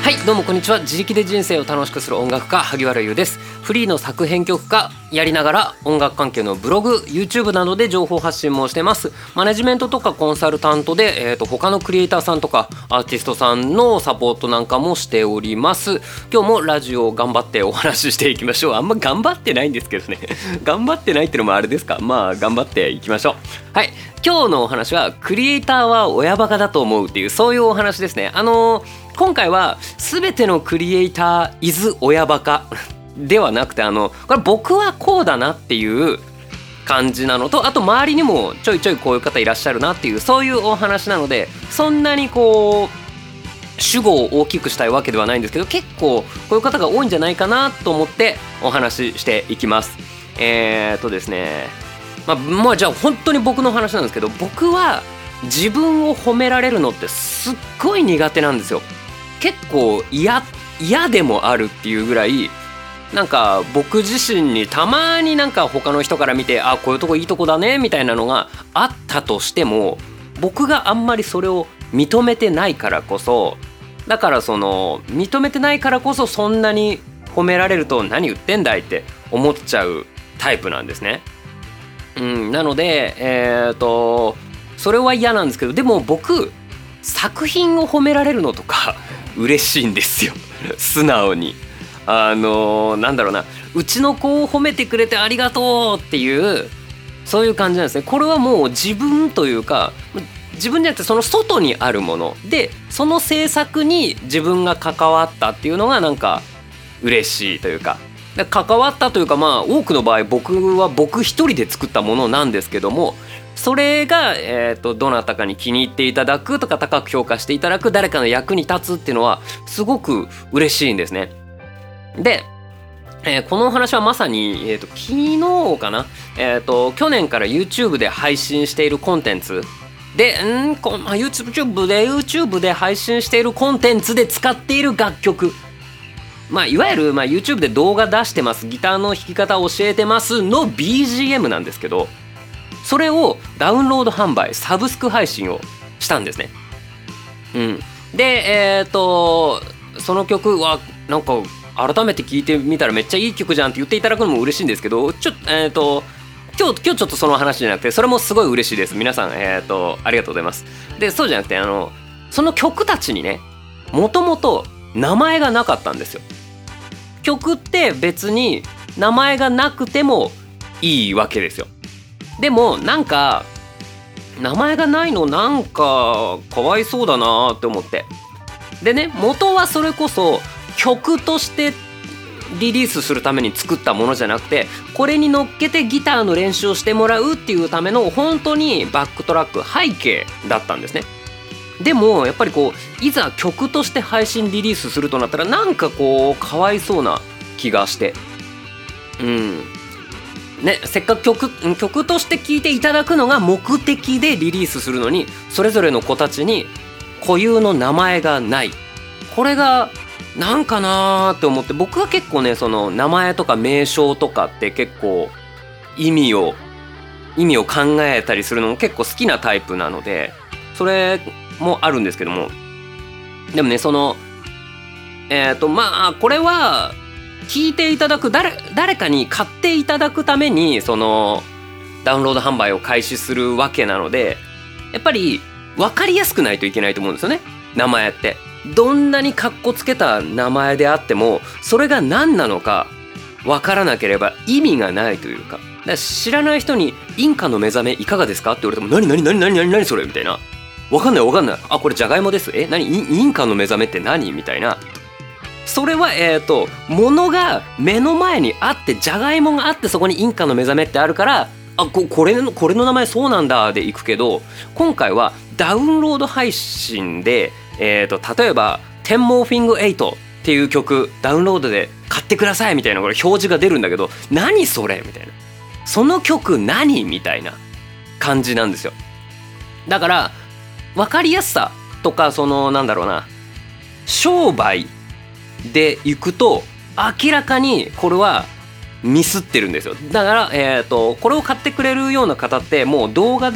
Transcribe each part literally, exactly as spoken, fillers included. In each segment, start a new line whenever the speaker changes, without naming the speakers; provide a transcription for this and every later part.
はい、どうもこんにちは。自力で人生を楽しくする音楽家萩原優です。フリーの作編曲家やりながら音楽関係のブログ YouTube などで情報発信もしてます。マネジメントとかコンサルタントで、えー、と他のクリエイターさんとかアーティストさんのサポートなんかもしております。今日もラジオを頑張ってお話ししていきましょう。あんま頑張ってないんですけどね頑張ってないってのもあれですか。まあ頑張っていきましょう。はい、今日のお話はクリエイターは親バカだと思うっていう、そういうお話ですね。あのー今回は全てのクリエイター is 親バカではなくて、あのこれ僕はこうだなっていう感じなのと、あと周りにもちょいちょいこういう方いらっしゃるなっていう、そういうお話なので、そんなにこう主語を大きくしたいわけではないんですけど、結構こういう方が多いんじゃないかなと思ってお話ししていきます。えーっとですねまあ、まあじゃあ本当に僕の話なんですけど、僕は自分を褒められるのってすっごい苦手なんですよ。結構嫌嫌でもあるっていうぐらい、なんか僕自身にたまになんか他の人から見て、あ、こういうとこいいとこだねみたいなのがあったとしても、僕があんまりそれを認めてないからこそ、だからその認めてないからこそそんなに褒められると何言ってんだいって思っちゃうタイプなんですね。うん、なのでえーとそれは嫌なんですけど、でも僕作品を褒められるのとか嬉しいんですよ素直に。あのー、なんだろうな、うちの子を褒めてくれてありがとうっていう、そういう感じなんですね。これはもう自分というか、自分じゃなくてその外にあるもので、その制作に自分が関わったっていうのがなんか嬉しいというか、関わったというか、まあ多くの場合僕は僕一人で作ったものなんですけども、それが、えーと、どなたかに気に入っていただくとか高く評価していただく、誰かの役に立つっていうのはすごく嬉しいんですね。で、えー、このお話はまさに、えーと、昨日かな、えーと、去年から YouTube で配信しているコンテンツで、んこ、まあ、YouTube で YouTube で配信しているコンテンツで使っている楽曲、まあ、いわゆる、まあ、YouTube で動画出してます、ギターの弾き方教えてますの ビージーエム なんですけど、それをダウンロード販売、サブスク配信をしたんですね。うん、で、えっとその曲はなんか改めて聴いてみたらめっちゃいい曲じゃんって言っていただくのも嬉しいんですけど、ちょえっと今日今日ちょっとその話じゃなくて、それもすごい嬉しいです。皆さん、えっとありがとうございます。で、そうじゃなくて、あのその曲たちにね、もともと名前がなかったんですよ。曲って別に名前がなくてもいいわけですよ。でもなんか名前がないのなんかかわいそうだなって思って、でね、元はそれこそ曲としてリリースするために作ったものじゃなくて、これに乗っけてギターの練習をしてもらうっていうための本当にバックトラック、背景だったんですね。でもやっぱりこう、いざ曲として配信リリースするとなったら、なんかこうかわいそうな気がして、うんね、せっかく 曲, 曲として聴いていただくのが目的でリリースするのに、それぞれの子たちに固有の名前がない、これがなんかなーって思って、僕は結構ね、その名前とか名称とかって結構意味を意味を考えたりするのも結構好きなタイプなので、それもあるんですけども、でもね、そのえっとまあこれは聞いていただく 誰, 誰かに買っていただくためにそのダウンロード販売を開始するわけなので、やっぱり分かりやすくないといけないと思うんですよね。名前ってどんなにかっこつけた名前であっても、それが何なのか分からなければ意味がないというか、だから知らない人にインカの目覚めいかがですかって言われても、何何何何何何それみたいな、分かんない分かんない、あ、これじゃがいもです、え何インカの目覚めって何みたいな。それはえーと物が目の前にあって、じゃがいもがあって、そこにインカの目覚めってあるから、あ こ, こ, れのこれの名前そうなんだでいくけど、今回はダウンロード配信で、えーと例えば「テンモーフィングエイト」っていう曲ダウンロードで買ってくださいみたいな、これ表示が出るんだけど、何それみたいな、その曲何みたいな感じなんですよ。だから分かりやすさとか、そのなんだろうな、商売で行くと明らかにこれはミスってるんですよ。だから、えーと、これを買ってくれるような方ってもう動画で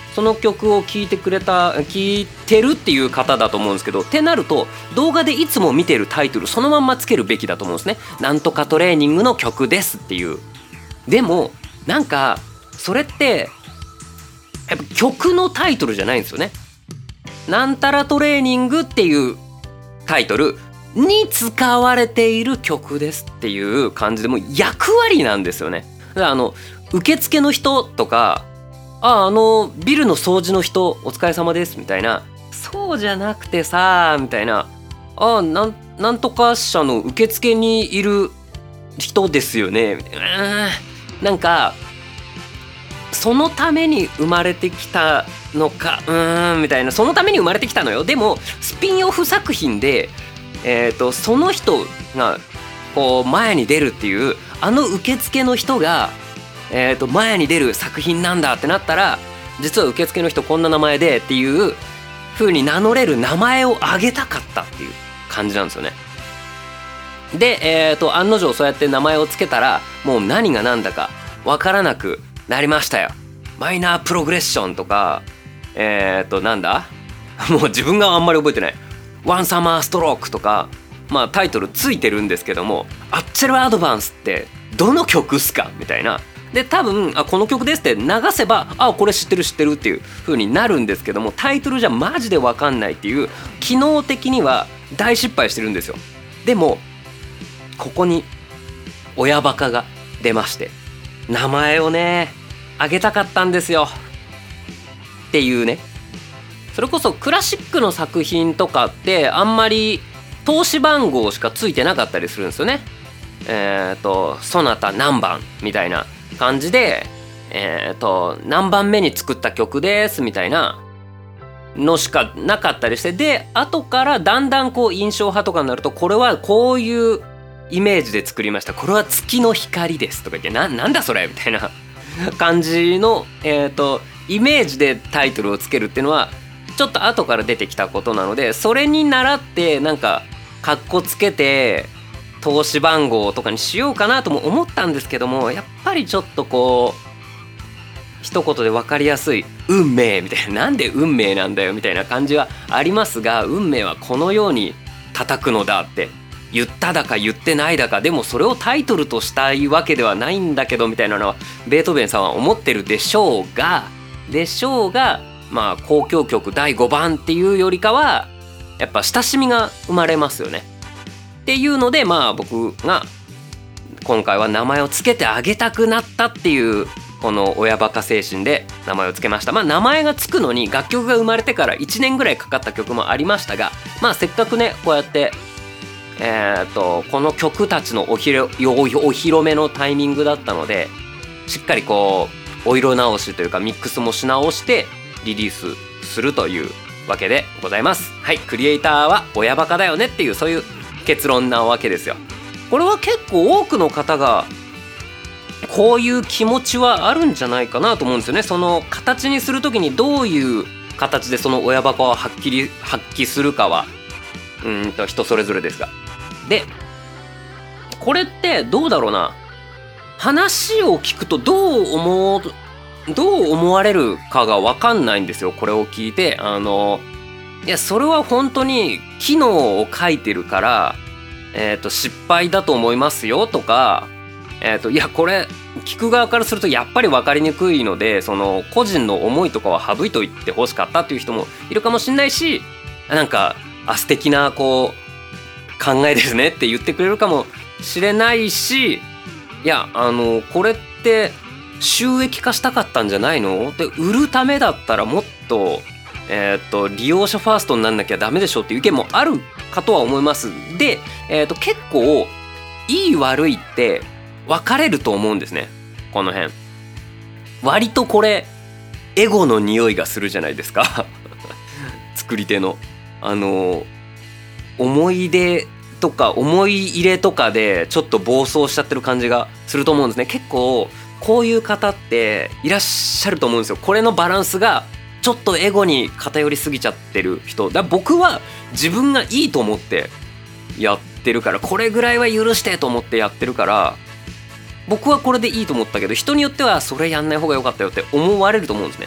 その曲を聴いてくれた聴いてるっていう方だと思うんですけど、ってなると動画でいつも見てるタイトルそのまんまつけるべきだと思うんですね。なんとかトレーニングの曲ですっていう。でもなんかそれってやっぱ曲のタイトルじゃないんですよね。なんたらトレーニングっていうタイトルに使われている曲ですっていう感じでもう役割なんですよね。だからあの受付の人とか、ああのビルの掃除の人お疲れ様ですみたいな、そうじゃなくてさみたいな、ああなんなんとか社の受付にいる人ですよねみたいな、うんなんかそのために生まれてきたのかうーんみたいな、そのために生まれてきたのよ。でもスピンオフ作品で、えーと、その人がこう前に出るっていう、あの受付の人が、えーと、前に出る作品なんだってなったら、実は受付の人こんな名前でっていう風に名乗れる名前をあげたかったっていう感じなんですよね。で、えーと、案の定そうやって名前をつけたらもう何が何だか分からなくなりましたよ。マイナープログレッションとか、えーとなんだもう自分があんまり覚えてない、ワンサマーストロークとか、まあタイトルついてるんですけども、アッチェルアドバンスってどの曲っすかみたいな。で多分あこの曲ですって流せば、あこれ知ってる知ってるっていう風になるんですけども、タイトルじゃマジで分かんないっていう、機能的には大失敗してるんですよ。でもここに親バカが出まして、名前をねあげたかったんですよっていうね。それこそクラシックの作品とかってあんまり通し番号しかついてなかったりするんですよね。えっとソナタ何番みたいな感じで、えっと何番目に作った曲ですみたいなのしかなかったりして、で後からだんだんこう印象派とかになると、これはこういうイメージで作りました、これは月の光ですとか言って、 な, なんだそれみたいな感じの、えーとイメージでタイトルをつけるっていうのはちょっと後から出てきたことなので、それに倣ってなんかカッコつけて投資番号とかにしようかなとも思ったんですけども、やっぱりちょっとこう一言で分かりやすい運命みたいな、なんで運命なんだよみたいな感じはありますが、運命はこのように叩くのだって言っただか言ってないだか、でもそれをタイトルとしたいわけではないんだけどみたいなのはベートーベンさんは思ってるでしょうがでしょうがまあ交響曲だいごばんっていうよりかはやっぱ親しみが生まれますよねっていうので、まあ僕が今回は名前を付けてあげたくなったっていうこの親バカ精神で名前を付けました。まあ名前が付くのに楽曲が生まれてからいちねんぐらいかかった曲もありましたが、まあせっかくねこうやってえー、とこの曲たちのおひろお披露目のタイミングだったので、しっかりこうお色直しというかミックスもし直してリリースするというわけでございます。はい、クリエイターは親バカだよねっていう、そういう結論なわけですよ。これは結構多くの方がこういう気持ちはあるんじゃないかなと思うんですよね。その形にするときにどういう形でその親バカをはっきり発揮するかはうーんと人それぞれですが、でこれってどうだろうな、話を聞くとどう思うどう思われるかが分かんないんですよ。これを聞いてあのいやそれは本当に機能を書いてるから、えー、と失敗だと思いますよとか、えー、といやこれ聞く側からするとやっぱり分かりにくいので、その個人の思いとかは省いといてほしかったっていう人もいるかもしれないし、なんかあ素敵なこう考えですねって言ってくれるかもしれないし、いやあのこれって収益化したかったんじゃないので、売るためだったらもっと、えー、と利用者ファーストになんなきゃダメでしょっていう意見もあるかとは思います。で、えー、と結構いい悪いって分かれると思うんですね。この辺割とこれエゴの匂いがするじゃないですか作り手のあの思い出とか思い入れとかでちょっと暴走しちゃってる感じがすると思うんですね。結構こういう方っていらっしゃると思うんですよ。これのバランスがちょっとエゴに偏りすぎちゃってる人だ。僕は自分がいいと思ってやってるから、これぐらいは許してと思ってやってるから、僕はこれでいいと思ったけど人によってはそれやんない方が良かったよって思われると思うんですね。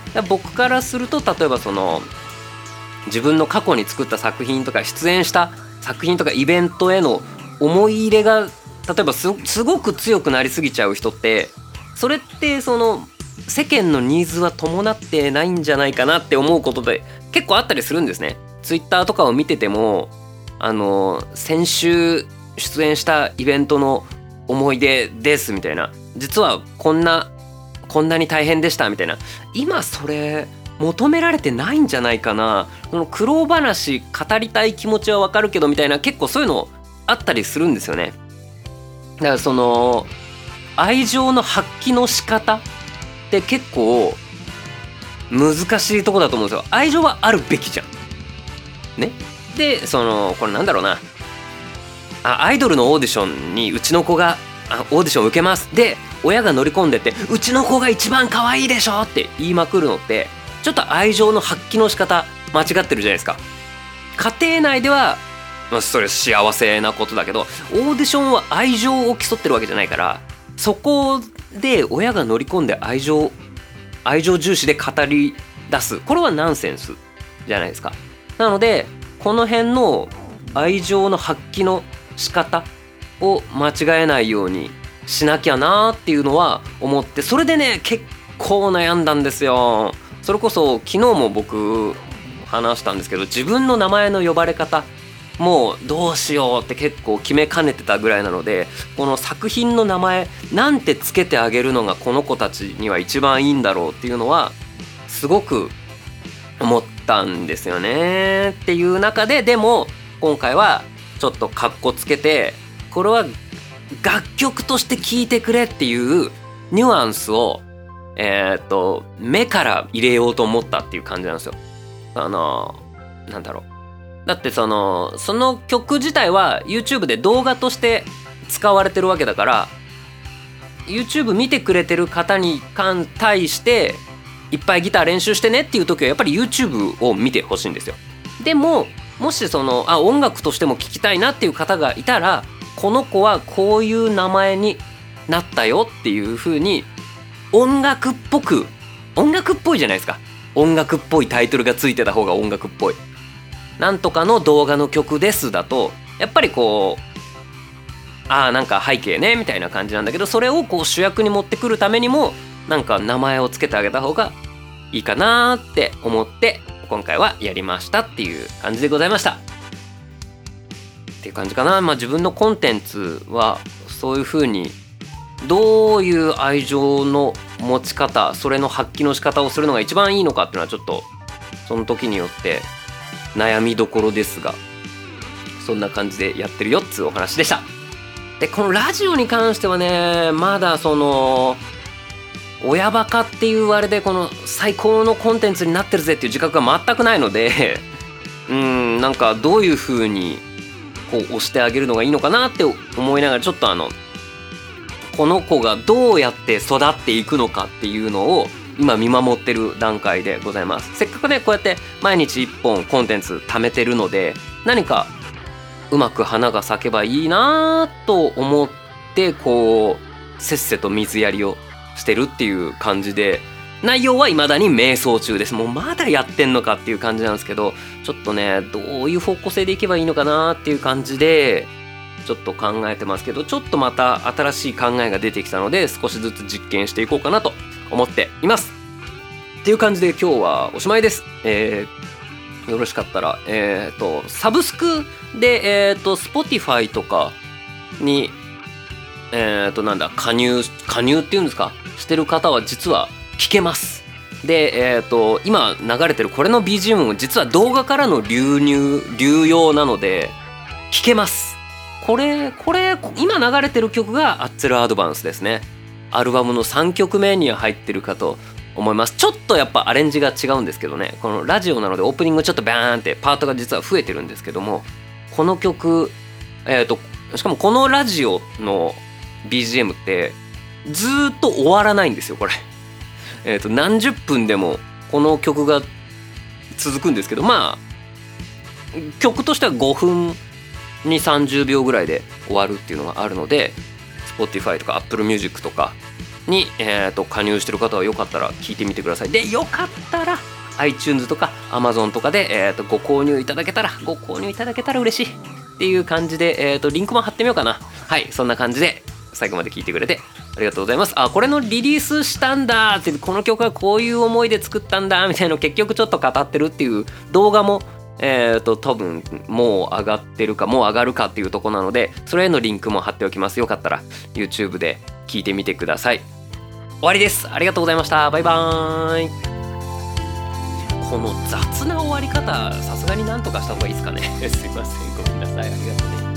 僕からすると例えばその自分の過去に作った作品とか出演した作品とかイベントへの思い入れが例えば す, すごく強くなりすぎちゃう人って、それってその世間のニーズは伴ってないんじゃないかなって思うことで結構あったりするんですね。ツイッターとかを見てても、あの先週出演したイベントの思い出ですみたいな、実はこんなこんなに大変でしたみたいな、今それ求められてないんじゃないかな、その苦労話語りたい気持ちはわかるけどみたいな、結構そういうのあったりするんですよね。だからその愛情の発揮の仕方って結構難しいとこだと思うんですよ。愛情はあるべきじゃんね。でそのこれなんだろうなあ、アイドルのオーディションにうちの子があオーディション受けますで親が乗り込んでってうちの子が一番可愛いでしょって言いまくるのってちょっと愛情の発揮の仕方間違ってるじゃないですか。家庭内では、まあ、それ幸せなことだけど、オーディションは愛情を競ってるわけじゃないから、そこで親が乗り込んで愛情愛情重視で語り出す、これはナンセンスじゃないですか。なのでこの辺の愛情の発揮の仕方を間違えないようにしなきゃなっていうのは思って、それでね結構悩んだんですよ。それこそ昨日も僕話したんですけど、自分の名前の呼ばれ方もうどうしようって結構決めかねてたぐらいなので、この作品の名前なんてつけてあげるのがこの子たちには一番いいんだろうっていうのはすごく思ったんですよね。っていう中ででも今回はちょっとカッコつけて、これは楽曲として聴いてくれっていうニュアンスをえー、っと目から入れようと思ったっていう感じなんですよ。あのなんだろう、だってそのその曲自体は YouTube で動画として使われてるわけだから、 YouTube 見てくれてる方に対していっぱいギター練習してねっていう時はやっぱり YouTube を見てほしいんですよ。でももしそのあ音楽としても聴きたいなっていう方がいたら、この子はこういう名前になったよっていう風に音楽っぽく、音楽っぽいじゃないですか。音楽っぽいタイトルがついてた方が音楽っぽい。なんとかの動画の曲ですだとやっぱりこうああなんか背景ねみたいな感じなんだけど、それをこう主役に持ってくるためにもなんか名前をつけてあげた方がいいかなって思って今回はやりましたっていう感じでございましたっていう感じかな。まあ自分のコンテンツはそういう風にどういう愛情の持ち方、それの発揮の仕方をするのが一番いいのかっていうのはちょっとその時によって悩みどころですが、そんな感じでやってるよっつうお話でした。でこのラジオに関してはね、まだその親バカっていうあれでこの最高のコンテンツになってるぜっていう自覚が全くないのでうーんなんかどういう風にこう押してあげるのがいいのかなって思いながら、ちょっとあのこの子がどうやって育っていくのかっていうのを今見守ってる段階でございます。せっかくねこうやって毎日いっぽんコンテンツ貯めてるので、何かうまく花が咲けばいいなと思ってこうせっせと水やりをしてるっていう感じで、内容は未だに瞑想中です。もうまだやってんのかっていう感じなんですけど、ちょっとねどういう方向性でいけばいいのかなっていう感じでちょっと考えてますけど、ちょっとまた新しい考えが出てきたので少しずつ実験していこうかなと思っていますっていう感じで今日はおしまいです。えー、よろしかったらえっ、ー、とサブスクでえっ、ー、と Spotify とかにえっ、ー、となんだ加入加入っていうんですかしてる方は実は聞けます。でえっ、ー、と今流れてるこれの ビージーエム も実は動画からの流入流用なので聞けます。これこれ今流れてる曲がアッツェルアドバンスですね。アルバムのさんきょくめには入ってるかと思います。ちょっとやっぱアレンジが違うんですけどね、このラジオなのでオープニングちょっとバーンってパートが実は増えてるんですけども、この曲えっとしかもこのラジオの ビージーエム ってずーっと終わらないんですよこれ。えっと何十分でもこの曲が続くんですけど、まあ曲としてはごふんにさんじゅうびょうぐらいで終わるっていうのがあるので、 Spotify とか Apple Music とかに、えー、と加入してる方はよかったら聞いてみてください。でよかったら iTunes とか Amazon とかで、えー、とご購入いただけたらご購入いただけたら嬉しいっていう感じで、えー、とリンクも貼ってみようかな。はい、そんな感じで最後まで聞いてくれてありがとうございます。あ、これのリリースしたんだって、この曲はこういう思いで作ったんだみたいなのを結局ちょっと語ってるっていう動画もえーと多分もう上がってるかもう上がるかっていうとこなので、それへのリンクも貼っておきます。よかったら YouTube で聞いてみてください。終わりです。ありがとうございました。バイバーイ。この雑な終わり方さすがになんとかした方がいいですかねすいません、ごめんなさい。ありがとうね。